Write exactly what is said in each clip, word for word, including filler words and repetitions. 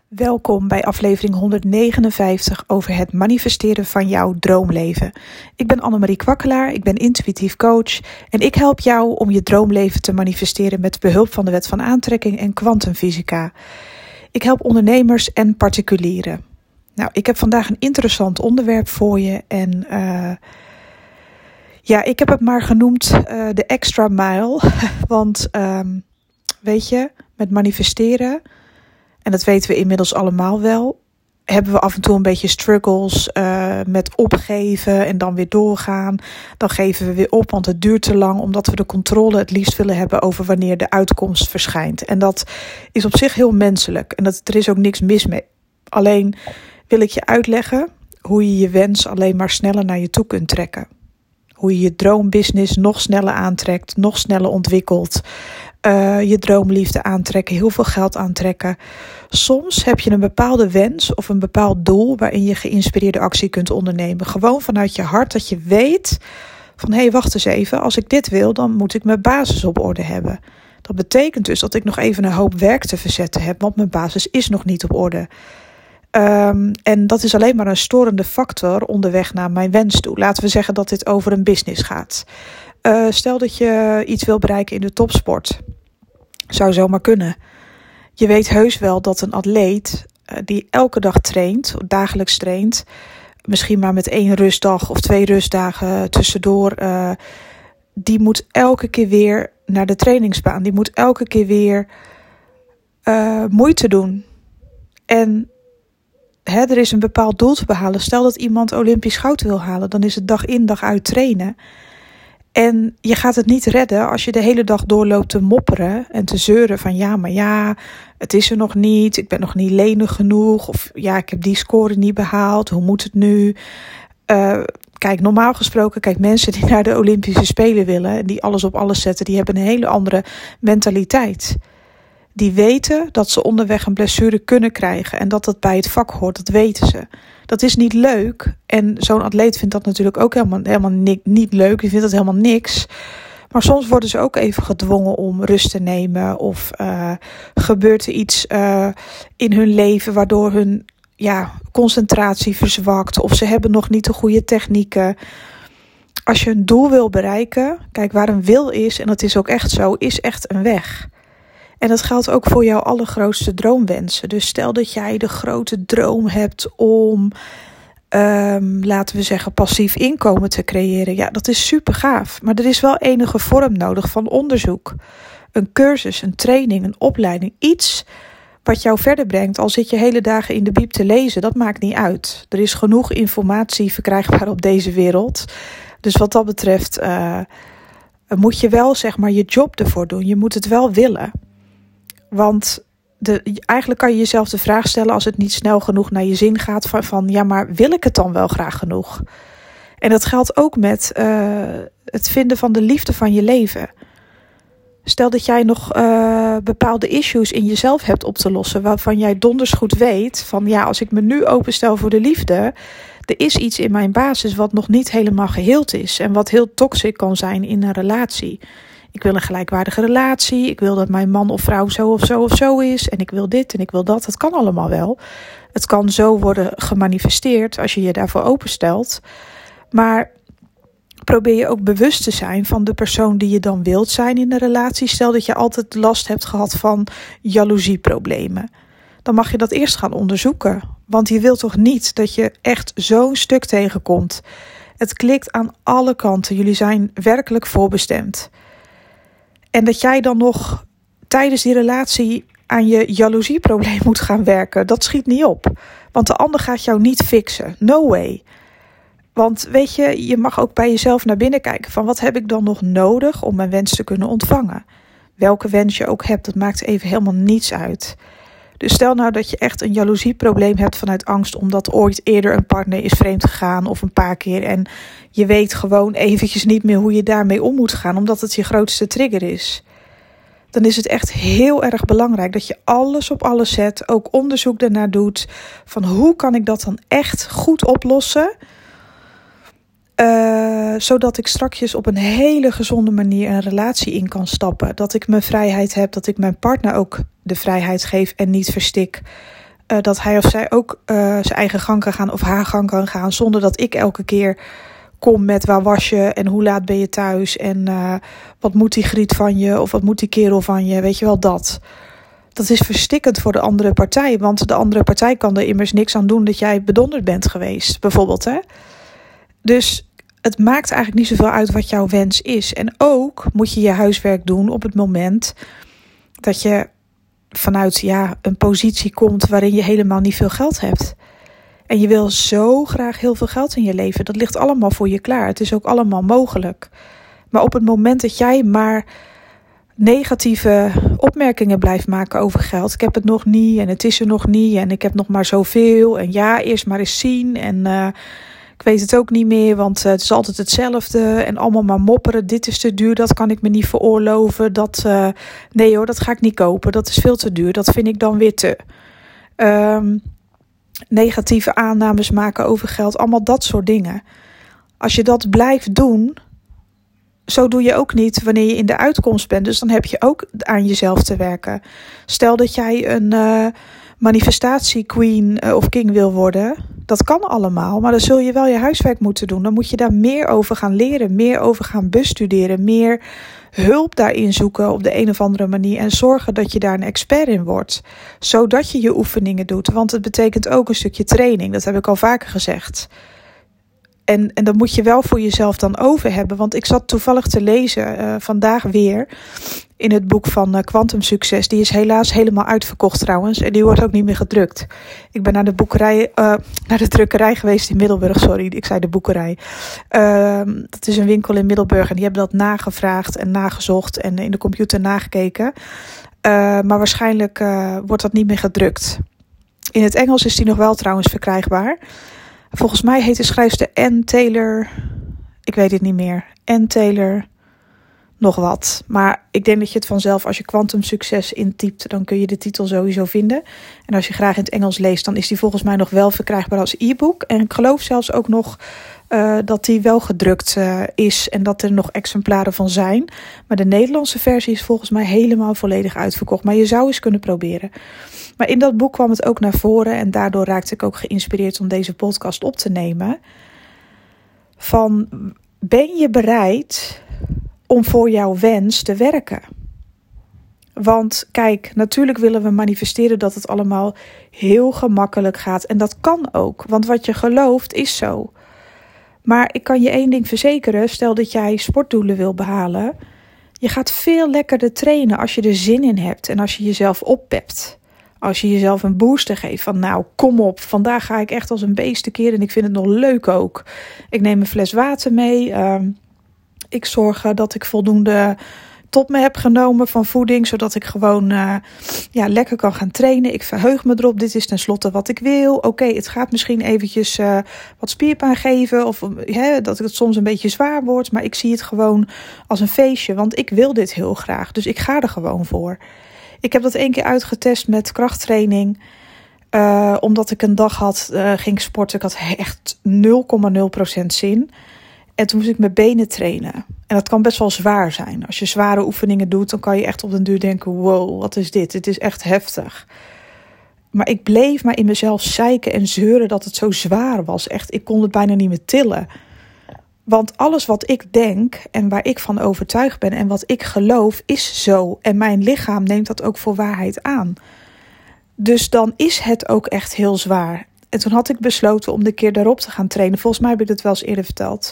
Welkom bij aflevering honderdnegenenvijftig over het manifesteren van jouw droomleven. Ik ben Annemarie Kwakkelaar, ik ben intuïtief coach en ik help jou om je droomleven te manifesteren met behulp van de wet van aantrekking en kwantumfysica. Ik help ondernemers en particulieren. Nou, ik heb vandaag een interessant onderwerp voor je en uh, ja, ik heb het maar genoemd uh, de extra mile, want um, weet je, met manifesteren, en dat weten we inmiddels allemaal wel, hebben we af en toe een beetje struggles uh, met opgeven en dan weer doorgaan. Dan geven we weer op, want het duurt te lang, omdat we de controle het liefst willen hebben over wanneer de uitkomst verschijnt. En dat is op zich heel menselijk en dat, er is ook niks mis mee. Alleen wil ik je uitleggen hoe je je wens alleen maar sneller naar je toe kunt trekken. Hoe je je droombusiness nog sneller aantrekt, nog sneller ontwikkelt. Uh, je droomliefde aantrekken, heel veel geld aantrekken. Soms heb je een bepaalde wens of een bepaald doel waarin je geïnspireerde actie kunt ondernemen. Gewoon vanuit je hart dat je weet van hé, hey, wacht eens even, als ik dit wil, dan moet ik mijn basis op orde hebben. Dat betekent dus dat ik nog even een hoop werk te verzetten heb, want mijn basis is nog niet op orde. Um, en dat is alleen maar een storende factor onderweg naar mijn wens toe. Laten we zeggen dat dit over een business gaat. Uh, stel dat je iets wil bereiken in de topsport. Zou zomaar kunnen. Je weet heus wel dat een atleet uh, die elke dag traint, dagelijks traint, misschien maar met één rustdag of twee rustdagen tussendoor, uh, die moet elke keer weer naar de trainingsbaan. Die moet elke keer weer uh, moeite doen. En hè, er is een bepaald doel te behalen. Stel dat iemand Olympisch goud wil halen, dan is het dag in dag uit trainen. En je gaat het niet redden als je de hele dag doorloopt te mopperen en te zeuren van ja, maar ja, het is er nog niet, ik ben nog niet lenig genoeg, of ja, ik heb die score niet behaald, hoe moet het nu? Uh, kijk, normaal gesproken, kijk, mensen die naar de Olympische Spelen willen en die alles op alles zetten, die hebben een hele andere mentaliteit. Die weten dat ze onderweg een blessure kunnen krijgen en dat dat bij het vak hoort, dat weten ze. Dat is niet leuk en zo'n atleet vindt dat natuurlijk ook helemaal, helemaal ni- niet leuk, die vindt dat helemaal niks. Maar soms worden ze ook even gedwongen om rust te nemen of uh, gebeurt er iets uh, in hun leven waardoor hun ja, concentratie verzwakt of ze hebben nog niet de goede technieken. Als je een doel wil bereiken, kijk, waar een wil is, en dat is ook echt zo, is echt een weg. En dat geldt ook voor jouw allergrootste droomwensen. Dus stel dat jij de grote droom hebt om, um, laten we zeggen, passief inkomen te creëren. Ja, dat is super gaaf. Maar er is wel enige vorm nodig van onderzoek. Een cursus, een training, een opleiding. Iets wat jou verder brengt. Al zit je hele dagen in de bieb te lezen, dat maakt niet uit. Er is genoeg informatie verkrijgbaar op deze wereld. Dus wat dat betreft uh, moet je wel, zeg maar, je job ervoor doen. Je moet het wel willen. Want de, eigenlijk kan je jezelf de vraag stellen als het niet snel genoeg naar je zin gaat van, van ja, maar wil ik het dan wel graag genoeg? En dat geldt ook met uh, het vinden van de liefde van je leven. Stel dat jij nog uh, bepaalde issues in jezelf hebt op te lossen waarvan jij donders goed weet van ja, als ik me nu openstel voor de liefde, er is iets in mijn basis wat nog niet helemaal geheeld is en wat heel toxic kan zijn in een relatie. Ik wil een gelijkwaardige relatie. Ik wil dat mijn man of vrouw zo of zo of zo is. En ik wil dit en ik wil dat. Het kan allemaal wel. Het kan zo worden gemanifesteerd als je je daarvoor openstelt. Maar probeer je ook bewust te zijn van de persoon die je dan wilt zijn in een relatie. Stel dat je altijd last hebt gehad van jaloezieproblemen. Dan mag je dat eerst gaan onderzoeken. Want je wilt toch niet dat je echt zo'n stuk tegenkomt. Het klikt aan alle kanten. Jullie zijn werkelijk voorbestemd. En dat jij dan nog tijdens die relatie aan je jaloezieprobleem moet gaan werken, dat schiet niet op. Want de ander gaat jou niet fixen. No way. Want weet je, je mag ook bij jezelf naar binnen kijken van wat heb ik dan nog nodig om mijn wens te kunnen ontvangen. Welke wens je ook hebt, dat maakt even helemaal niets uit. Dus stel nou dat je echt een jaloezieprobleem hebt vanuit angst omdat ooit eerder een partner is vreemd gegaan of een paar keer en je weet gewoon eventjes niet meer hoe je daarmee om moet gaan omdat het je grootste trigger is. Dan is het echt heel erg belangrijk dat je alles op alles zet, ook onderzoek daarnaar doet van hoe kan ik dat dan echt goed oplossen, uh, zodat ik strakjes op een hele gezonde manier een relatie in kan stappen. Dat ik mijn vrijheid heb, dat ik mijn partner ook de vrijheid geef en niet verstik. Uh, dat hij of zij ook uh, zijn eigen gang kan gaan of haar gang kan gaan. Zonder dat ik elke keer kom met waar was je en hoe laat ben je thuis. En uh, wat moet die griet van je of wat moet die kerel van je. Weet je wel, dat. Dat is verstikkend voor de andere partij. Want de andere partij kan er immers niks aan doen dat jij bedonderd bent geweest. Bijvoorbeeld, hè. Dus het maakt eigenlijk niet zoveel uit wat jouw wens is. En ook moet je je huiswerk doen op het moment dat je vanuit ja, een positie komt waarin je helemaal niet veel geld hebt. En je wil zo graag heel veel geld in je leven. Dat ligt allemaal voor je klaar. Het is ook allemaal mogelijk. Maar op het moment dat jij maar negatieve opmerkingen blijft maken over geld. Ik heb het nog niet en het is er nog niet en ik heb nog maar zoveel. En ja, eerst maar eens zien en uh, ik weet het ook niet meer, want uh, het is altijd hetzelfde. En allemaal maar mopperen, dit is te duur, dat kan ik me niet veroorloven. Dat, uh, nee hoor, dat ga ik niet kopen, dat is veel te duur, dat vind ik dan weer te. Um, negatieve aannames maken over geld, allemaal dat soort dingen. Als je dat blijft doen, zo doe je ook niet wanneer je in de uitkomst bent. Dus dan heb je ook aan jezelf te werken. Stel dat jij een uh, manifestatie-queen uh, of king wil worden. Dat kan allemaal, maar dan zul je wel je huiswerk moeten doen. Dan moet je daar meer over gaan leren, meer over gaan bestuderen, meer hulp daarin zoeken op de een of andere manier. En zorgen dat je daar een expert in wordt. Zodat je je oefeningen doet. Want het betekent ook een stukje training. Dat heb ik al vaker gezegd. En, en dat moet je wel voor jezelf dan over hebben. Want ik zat toevallig te lezen uh, vandaag weer in het boek van uh, Quantum Succes. Die is helaas helemaal uitverkocht trouwens. En die wordt ook niet meer gedrukt. Ik ben naar de boekerij, uh, naar de drukkerij geweest in Middelburg. Sorry, ik zei de boekerij. Uh, dat is een winkel in Middelburg. En die hebben dat nagevraagd en nagezocht en in de computer nagekeken. Uh, maar waarschijnlijk uh, wordt dat niet meer gedrukt. In het Engels is die nog wel trouwens verkrijgbaar. Volgens mij heet de schrijfster Ann Taylor, ik weet het niet meer, Ann Taylor, nog wat. Maar ik denk dat je het vanzelf, als je Quantum Succes intypt, dan kun je de titel sowieso vinden. En als je graag in het Engels leest, dan is die volgens mij nog wel verkrijgbaar als e-book. En ik geloof zelfs ook nog uh, dat die wel gedrukt uh, is en dat er nog exemplaren van zijn. Maar de Nederlandse versie is volgens mij helemaal volledig uitverkocht. Maar je zou eens kunnen proberen. Maar in dat boek kwam het ook naar voren en daardoor raakte ik ook geïnspireerd om deze podcast op te nemen. Van, ben je bereid om voor jouw wens te werken? Want kijk, natuurlijk willen we manifesteren dat het allemaal heel gemakkelijk gaat. En dat kan ook, want wat je gelooft is zo. Maar ik kan je één ding verzekeren, stel dat jij sportdoelen wil behalen. Je gaat veel lekkerder trainen als je er zin in hebt en als je jezelf oppept. Als je jezelf een booster geeft van nou kom op, vandaag ga ik echt als een beest tekeer en ik vind het nog leuk ook. Ik neem een fles water mee. Uh, ik zorg dat ik voldoende tot me heb genomen van voeding, zodat ik gewoon uh, ja, lekker kan gaan trainen. Ik verheug me erop, dit is tenslotte wat ik wil. Oké, okay, het gaat misschien eventjes uh, wat spierpijn geven of hè, dat het soms een beetje zwaar wordt, maar ik zie het gewoon als een feestje, want ik wil dit heel graag. Dus ik ga er gewoon voor. Ik heb dat één keer uitgetest met krachttraining. Uh, omdat ik een dag had, uh, ging sporten. Ik had echt nul komma nul procent zin. En toen moest ik mijn benen trainen. En dat kan best wel zwaar zijn. Als je zware oefeningen doet, dan kan je echt op den duur denken, wow, wat is dit? Het is echt heftig. Maar ik bleef maar in mezelf zeiken en zeuren dat het zo zwaar was. Echt, ik kon het bijna niet meer tillen. Want alles wat ik denk en waar ik van overtuigd ben en wat ik geloof is zo. En mijn lichaam neemt dat ook voor waarheid aan. Dus dan is het ook echt heel zwaar. En toen had ik besloten om de keer daarop te gaan trainen. Volgens mij heb ik het wel eens eerder verteld.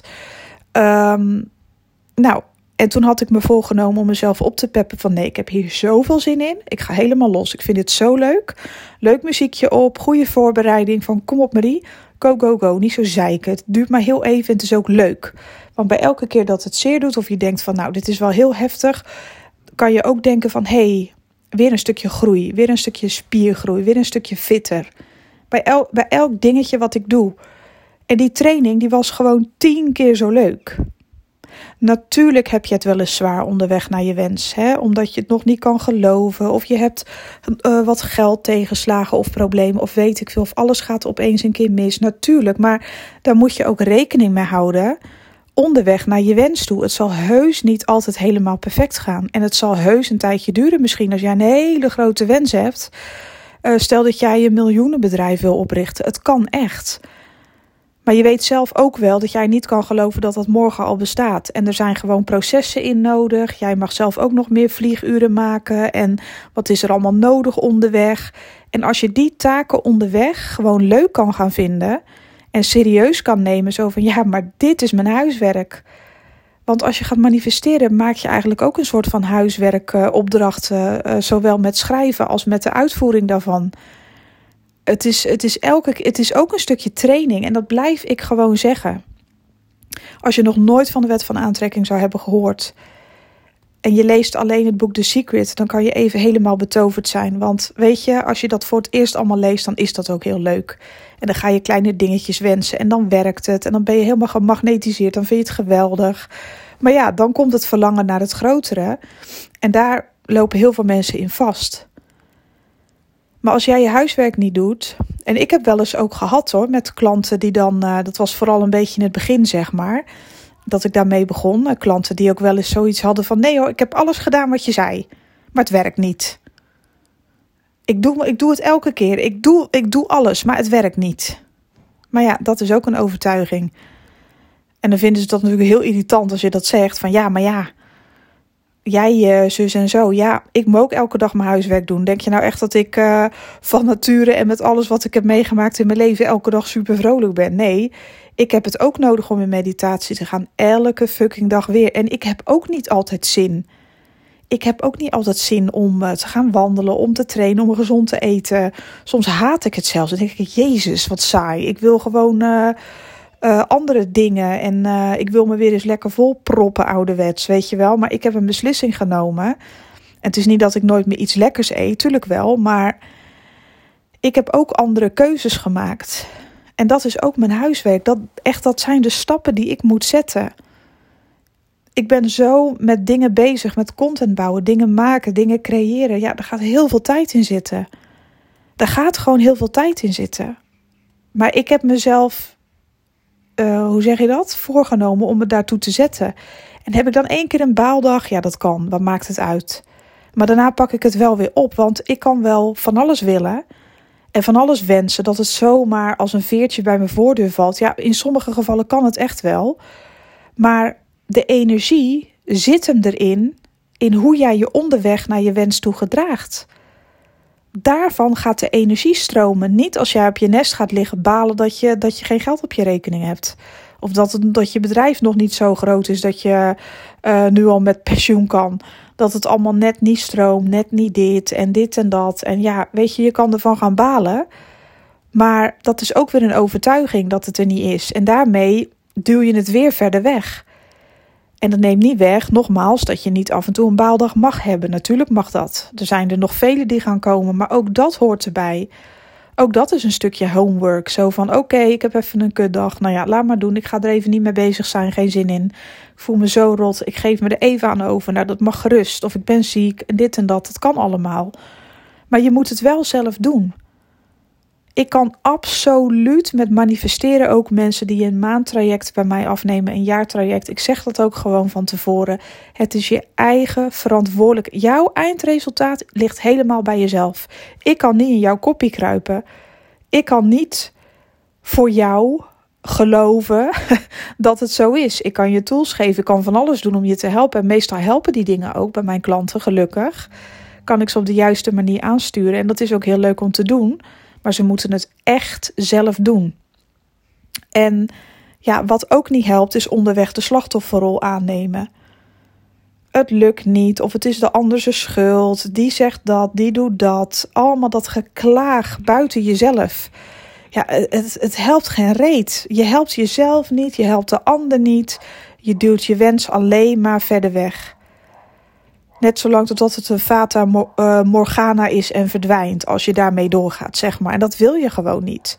Um, nou, en toen had ik me voorgenomen om mezelf op te peppen van nee, ik heb hier zoveel zin in. Ik ga helemaal los. Ik vind dit zo leuk. Leuk muziekje op, goede voorbereiding van kom op Marie. Go, go, go. Niet zo zeiken. Het duurt maar heel even en het is ook leuk. Want bij elke keer dat het zeer doet of je denkt van nou, dit is wel heel heftig, kan je ook denken van hé, hey, weer een stukje groei. Weer een stukje spiergroei. Weer een stukje fitter. Bij, el- bij elk dingetje wat ik doe. En die training die was gewoon tien keer zo leuk. Natuurlijk heb je het wel eens zwaar onderweg naar je wens. Hè? Omdat je het nog niet kan geloven. Of je hebt uh, wat geld tegenslagen of problemen. Of weet ik veel. Of alles gaat opeens een keer mis. Natuurlijk. Maar daar moet je ook rekening mee houden. Onderweg naar je wens toe. Het zal heus niet altijd helemaal perfect gaan. En het zal heus een tijdje duren misschien. Als jij een hele grote wens hebt. Uh, stel dat jij een miljoenenbedrijf wil oprichten. Het kan echt. Maar je weet zelf ook wel dat jij niet kan geloven dat dat morgen al bestaat. En er zijn gewoon processen in nodig. Jij mag zelf ook nog meer vlieguren maken. En wat is er allemaal nodig onderweg? En als je die taken onderweg gewoon leuk kan gaan vinden en serieus kan nemen, zo van ja, maar dit is mijn huiswerk. Want als je gaat manifesteren, maak je eigenlijk ook een soort van huiswerkopdrachten, uh, uh, zowel met schrijven als met de uitvoering daarvan. Het is, het is elke, het is ook een stukje training en dat blijf ik gewoon zeggen. Als je nog nooit van de wet van aantrekking zou hebben gehoord en je leest alleen het boek The Secret, dan kan je even helemaal betoverd zijn. Want weet je, als je dat voor het eerst allemaal leest, dan is dat ook heel leuk. En dan ga je kleine dingetjes wensen en dan werkt het. En dan ben je helemaal gemagnetiseerd, dan vind je het geweldig. Maar ja, dan komt het verlangen naar het grotere. En daar lopen heel veel mensen in vast. Maar als jij je huiswerk niet doet, en ik heb wel eens ook gehad hoor, met klanten die dan, uh, dat was vooral een beetje in het begin zeg maar, dat ik daarmee begon. Uh, klanten die ook wel eens zoiets hadden van, nee hoor, ik heb alles gedaan wat je zei, maar het werkt niet. Ik doe, ik doe het elke keer, ik doe, ik doe alles, maar het werkt niet. Maar ja, dat is ook een overtuiging. En dan vinden ze dat natuurlijk heel irritant als je dat zegt, van ja, maar ja, jij uh, zus en zo, ja, ik moet ook elke dag mijn huiswerk doen. Denk je nou echt dat ik uh, van nature en met alles wat ik heb meegemaakt in mijn leven elke dag super vrolijk ben? Nee, ik heb het ook nodig om in meditatie te gaan, elke fucking dag weer. En ik heb ook niet altijd zin. Ik heb ook niet altijd zin om uh, te gaan wandelen, om te trainen, om gezond te eten. Soms haat ik het zelfs. Dan denk ik, jezus, wat saai. Ik wil gewoon uh, uh, andere dingen. En uh, ik wil me weer eens lekker vol proppen, ouderwets, weet je wel. Maar ik heb een beslissing genomen. En het is niet dat ik nooit meer iets lekkers eet, tuurlijk wel. Maar ik heb ook andere keuzes gemaakt. En dat is ook mijn huiswerk. Dat, echt, dat zijn de stappen die ik moet zetten. Ik ben zo met dingen bezig, met content bouwen, dingen maken, dingen creëren. Ja, daar gaat heel veel tijd in zitten. Daar gaat gewoon heel veel tijd in zitten. Maar ik heb mezelf, uh, hoe zeg je dat, voorgenomen om me daartoe te zetten. En heb ik dan één keer een baaldag? Ja, dat kan. Wat maakt het uit? Maar daarna pak ik het wel weer op, want ik kan wel van alles willen en van alles wensen dat het zomaar als een veertje bij mijn voordeur valt. Ja, in sommige gevallen kan het echt wel. Maar de energie zit hem erin, in hoe jij je onderweg naar je wens toe gedraagt. Daarvan gaat de energie stromen. Niet als jij op je nest gaat liggen balen dat je, dat je geen geld op je rekening hebt. Of dat, het, dat je bedrijf nog niet zo groot is dat je uh, nu al met pensioen kan. Dat het allemaal net niet stroomt, net niet dit en dit en dat. En ja, weet je, je kan ervan gaan balen. Maar dat is ook weer een overtuiging dat het er niet is. En daarmee duw je het weer verder weg. En dat neemt niet weg, nogmaals, dat je niet af en toe een baaldag mag hebben. Natuurlijk mag dat. Er zijn er nog vele die gaan komen, maar ook dat hoort erbij. Ook dat is een stukje homework. Zo van, oké, okay, ik heb even een kutdag. Nou ja, laat maar doen. Ik ga er even niet mee bezig zijn. Geen zin in. Ik voel me zo rot. Ik geef me er even aan over. Nou, dat mag gerust. Of ik ben ziek en dit en dat. Dat kan allemaal. Maar je moet het wel zelf doen. Ik kan absoluut met manifesteren ook mensen die een maandtraject bij mij afnemen, een jaartraject. Ik zeg dat ook gewoon van tevoren. Het is je eigen verantwoordelijk. Jouw eindresultaat ligt helemaal bij jezelf. Ik kan niet in jouw koppie kruipen. Ik kan niet voor jou geloven dat het zo is. Ik kan je tools geven. Ik kan van alles doen om je te helpen. En meestal helpen die dingen ook bij mijn klanten, gelukkig. Kan ik ze op de juiste manier aansturen. En dat is ook heel leuk om te doen. Maar ze moeten het echt zelf doen. En ja, wat ook niet helpt, is onderweg de slachtofferrol aannemen. Het lukt niet, of het is de ander zijn schuld. Die zegt dat, die doet dat. Allemaal dat geklaag buiten jezelf. Ja, het, het helpt geen reet. Je helpt jezelf niet, je helpt de ander niet. Je duwt je wens alleen maar verder weg. Net zolang totdat het een fata morgana is en verdwijnt. Als je daarmee doorgaat, zeg maar. En dat wil je gewoon niet.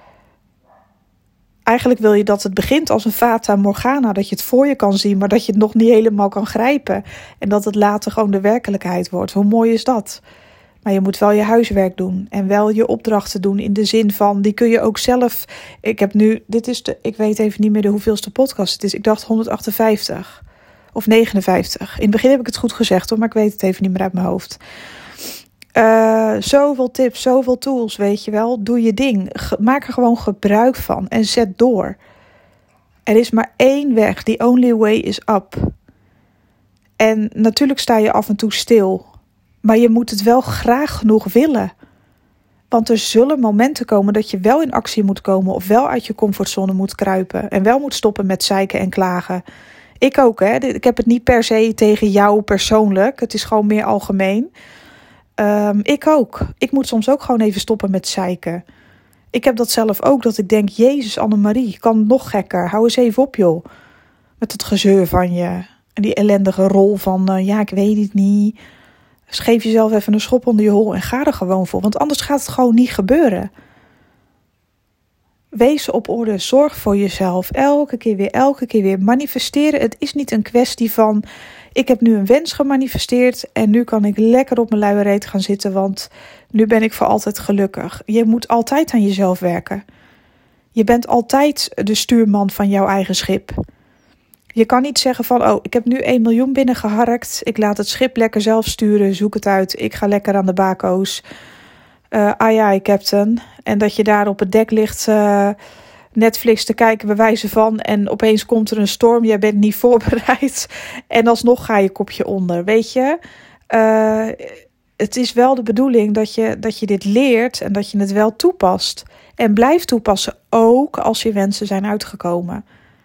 Eigenlijk wil je dat het begint als een fata morgana. Dat je het voor je kan zien, maar dat je het nog niet helemaal kan grijpen. En dat het later gewoon de werkelijkheid wordt. Hoe mooi is dat? Maar je moet wel je huiswerk doen. En wel je opdrachten doen in de zin van, die kun je ook zelf. Ik heb nu, dit is de, ik weet even niet meer de hoeveelste podcast het is. Ik dacht honderdachtenvijftig. Of negenenvijftig. In het begin heb ik het goed gezegd hoor, maar ik weet het even niet meer uit mijn hoofd. Uh, zoveel tips, zoveel tools, weet je wel. Doe je ding. Ge- maak er gewoon gebruik van en zet door. Er is maar één weg. The only way is up. En natuurlijk sta je af en toe stil. Maar je moet het wel graag genoeg willen. Want er zullen momenten komen dat je wel in actie moet komen. Of wel uit je comfortzone moet kruipen. En wel moet stoppen met zeiken en klagen. Ik ook, hè. Ik heb het niet per se tegen jou persoonlijk. Het is gewoon meer algemeen. Um, ik ook. Ik moet soms ook gewoon even stoppen met zeiken. Ik heb dat zelf ook. Dat ik denk, Jezus Annemarie, kan het nog gekker. Hou eens even op, joh. Met het gezeur van je. En die ellendige rol van, uh, ja, ik weet het niet. Dus geef jezelf even een schop onder je hol en ga er gewoon voor. Want anders gaat het gewoon niet gebeuren. Wees op orde. Zorg voor jezelf. Elke keer weer, elke keer weer. Manifesteren. Het is niet een kwestie van, ik heb nu een wens gemanifesteerd en nu kan ik lekker op mijn luie reet gaan zitten, want nu ben ik voor altijd gelukkig. Je moet altijd aan jezelf werken. Je bent altijd de stuurman van jouw eigen schip. Je kan niet zeggen van, oh, ik heb nu één miljoen binnengeharkt. Ik laat het schip lekker zelf sturen. Zoek het uit. Ik ga lekker aan de bako's. Uh, ai ai, captain. En dat je daar op het dek ligt, uh, Netflix te kijken bij wijze van. En opeens komt er een storm. Jij bent niet voorbereid. En alsnog ga je kopje onder. Weet je, uh, het is wel de bedoeling dat je, dat je dit leert. En dat je het wel toepast. En blijft toepassen. Ook als je wensen zijn uitgekomen.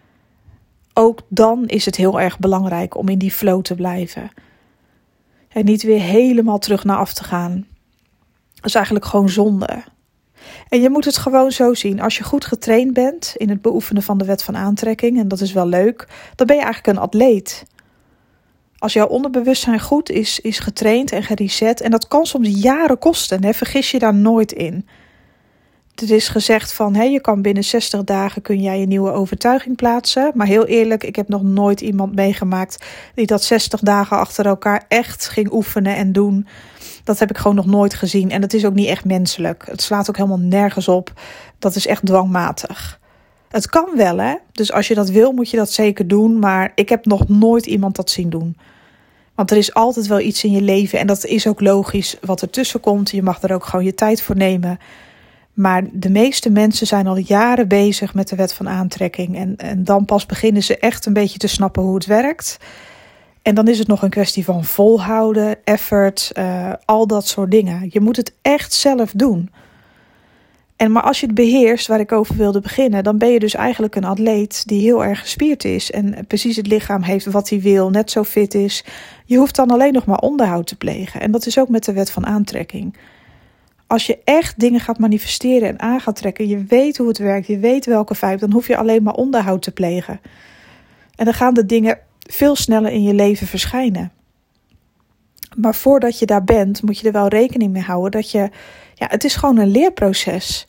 Ook dan is het heel erg belangrijk om in die flow te blijven. En niet weer helemaal terug naar af te gaan. Dat is eigenlijk gewoon zonde. En je moet het gewoon zo zien. Als je goed getraind bent in het beoefenen van de wet van aantrekking, en dat is wel leuk, dan ben je eigenlijk een atleet. Als jouw onderbewustzijn goed is, is getraind en gereset, en dat kan soms jaren kosten, hè, vergis je daar nooit in. Het is gezegd van, hè, je kan binnen zestig dagen kun jij een nieuwe overtuiging plaatsen. Maar heel eerlijk, ik heb nog nooit iemand meegemaakt die dat zestig dagen achter elkaar echt ging oefenen en doen. Dat heb ik gewoon nog nooit gezien. En dat is ook niet echt menselijk. Het slaat ook helemaal nergens op. Dat is echt dwangmatig. Het kan wel, hè. Dus als je dat wil, moet je dat zeker doen. Maar ik heb nog nooit iemand dat zien doen. Want er is altijd wel iets in je leven. En dat is ook logisch wat ertussen komt. Je mag er ook gewoon je tijd voor nemen. Maar de meeste mensen zijn al jaren bezig met de wet van aantrekking. En, en dan pas beginnen ze echt een beetje te snappen hoe het werkt. En dan is het nog een kwestie van volhouden, effort, uh, al dat soort dingen. Je moet het echt zelf doen. En maar als je het beheerst, waar ik over wilde beginnen, dan ben je dus eigenlijk een atleet die heel erg gespierd is. En precies het lichaam heeft wat hij wil, net zo fit is. Je hoeft dan alleen nog maar onderhoud te plegen. En dat is ook met de wet van aantrekking. Als je echt dingen gaat manifesteren en aan gaat trekken, je weet hoe het werkt, je weet welke vibe, dan hoef je alleen maar onderhoud te plegen. En dan gaan de dingen veel sneller in je leven verschijnen. Maar voordat je daar bent, moet je er wel rekening mee houden dat je, ja, het is gewoon een leerproces.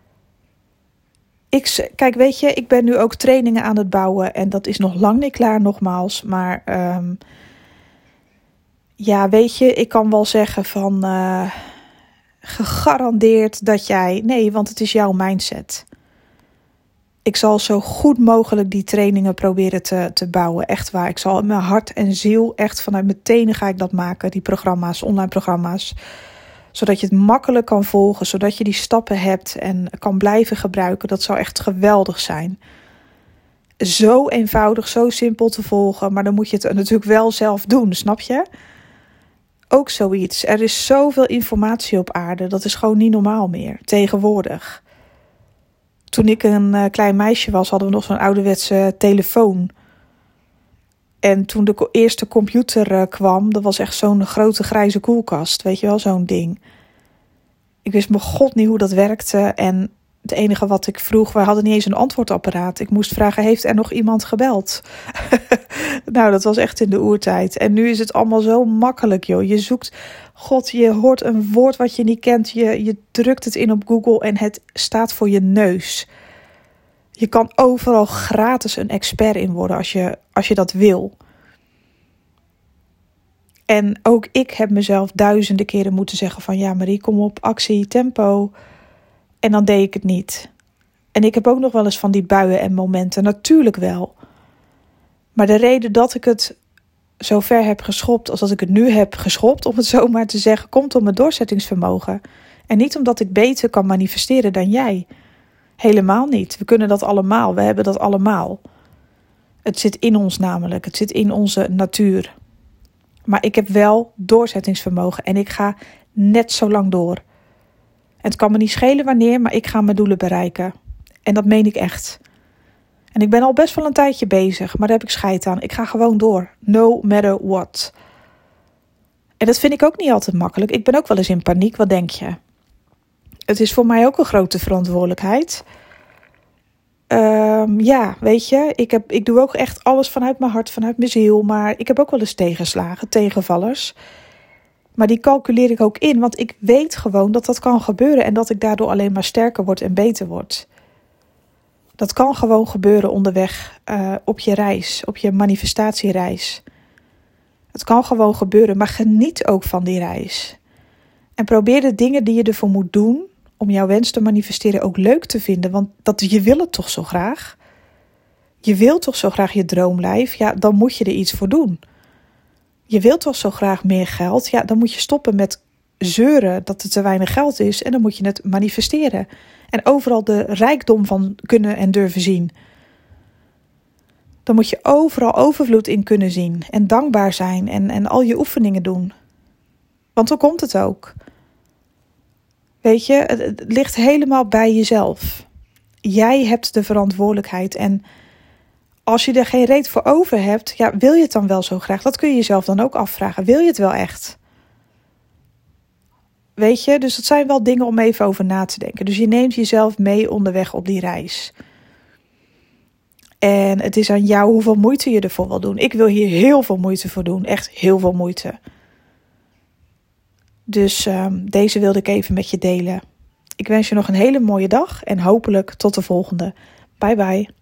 Ik, kijk, weet je, ik ben nu ook trainingen aan het bouwen en dat is nog lang niet klaar, nogmaals. Maar um, ja, weet je, ik kan wel zeggen van uh, gegarandeerd dat jij, nee, want het is jouw mindset. Ik zal zo goed mogelijk die trainingen proberen te, te bouwen. Echt waar. Ik zal in mijn hart en ziel, echt vanuit mijn tenen ga ik dat maken. Die programma's, online programma's. Zodat je het makkelijk kan volgen. Zodat je die stappen hebt en kan blijven gebruiken. Dat zou echt geweldig zijn. Zo eenvoudig, zo simpel te volgen. Maar dan moet je het natuurlijk wel zelf doen, snap je? Ook zoiets. Er is zoveel informatie op aarde. Dat is gewoon niet normaal meer. Tegenwoordig. Toen ik een uh, klein meisje was, hadden we nog zo'n ouderwetse telefoon. En toen de eerste computer uh, kwam, dat was echt zo'n grote grijze koelkast. Weet je wel, zo'n ding. Ik wist mijn god niet hoe dat werkte. En het enige wat ik vroeg, wij hadden niet eens een antwoordapparaat. Ik moest vragen, heeft er nog iemand gebeld? Nou, dat was echt in de oertijd. En nu is het allemaal zo makkelijk, joh. Je zoekt, god, je hoort een woord wat je niet kent. Je, je drukt het in op Google en het staat voor je neus. Je kan overal gratis een expert in worden als je, als je dat wil. En ook ik heb mezelf duizenden keren moeten zeggen van, ja Marie, kom op, actie, tempo. En dan deed ik het niet. En ik heb ook nog wel eens van die buien en momenten, natuurlijk wel. Maar de reden dat ik het zo ver heb geschopt als dat ik het nu heb geschopt, om het zo maar te zeggen, komt om mijn doorzettingsvermogen. En niet omdat ik beter kan manifesteren dan jij. Helemaal niet. We kunnen dat allemaal. We hebben dat allemaal. Het zit in ons namelijk. Het zit in onze natuur. Maar ik heb wel doorzettingsvermogen en ik ga net zo lang door. Het kan me niet schelen wanneer, maar ik ga mijn doelen bereiken. En dat meen ik echt. En ik ben al best wel een tijdje bezig, maar daar heb ik scheid aan. Ik ga gewoon door. No matter what. En dat vind ik ook niet altijd makkelijk. Ik ben ook wel eens in paniek. Wat denk je? Het is voor mij ook een grote verantwoordelijkheid. Um, ja, weet je, ik, heb, ik doe ook echt alles vanuit mijn hart, vanuit mijn ziel. Maar ik heb ook wel eens tegenslagen, tegenvallers. Maar die calculeer ik ook in, want ik weet gewoon dat dat kan gebeuren. En dat ik daardoor alleen maar sterker word en beter word. Dat kan gewoon gebeuren onderweg uh, op je reis, op je manifestatiereis. Het kan gewoon gebeuren, maar geniet ook van die reis. En probeer de dingen die je ervoor moet doen om jouw wens te manifesteren ook leuk te vinden. Want dat, je wil het toch zo graag? Je wilt toch zo graag je droomlijf? Ja, dan moet je er iets voor doen. Je wilt toch zo graag meer geld? Ja, dan moet je stoppen met zeuren dat er te weinig geld is. En dan moet je het manifesteren. En overal de rijkdom van kunnen en durven zien. Dan moet je overal overvloed in kunnen zien. En dankbaar zijn. En, en al je oefeningen doen. Want dan komt het ook. Weet je, het, het ligt helemaal bij jezelf. Jij hebt de verantwoordelijkheid. En als je er geen reet voor over hebt, ja, wil je het dan wel zo graag? Dat kun je jezelf dan ook afvragen. Wil je het wel echt? Weet je, dus dat zijn wel dingen om even over na te denken. Dus je neemt jezelf mee onderweg op die reis. En het is aan jou hoeveel moeite je ervoor wil doen. Ik wil hier heel veel moeite voor doen. Echt heel veel moeite. Dus um, deze wilde ik even met je delen. Ik wens je nog een hele mooie dag en hopelijk tot de volgende. Bye bye.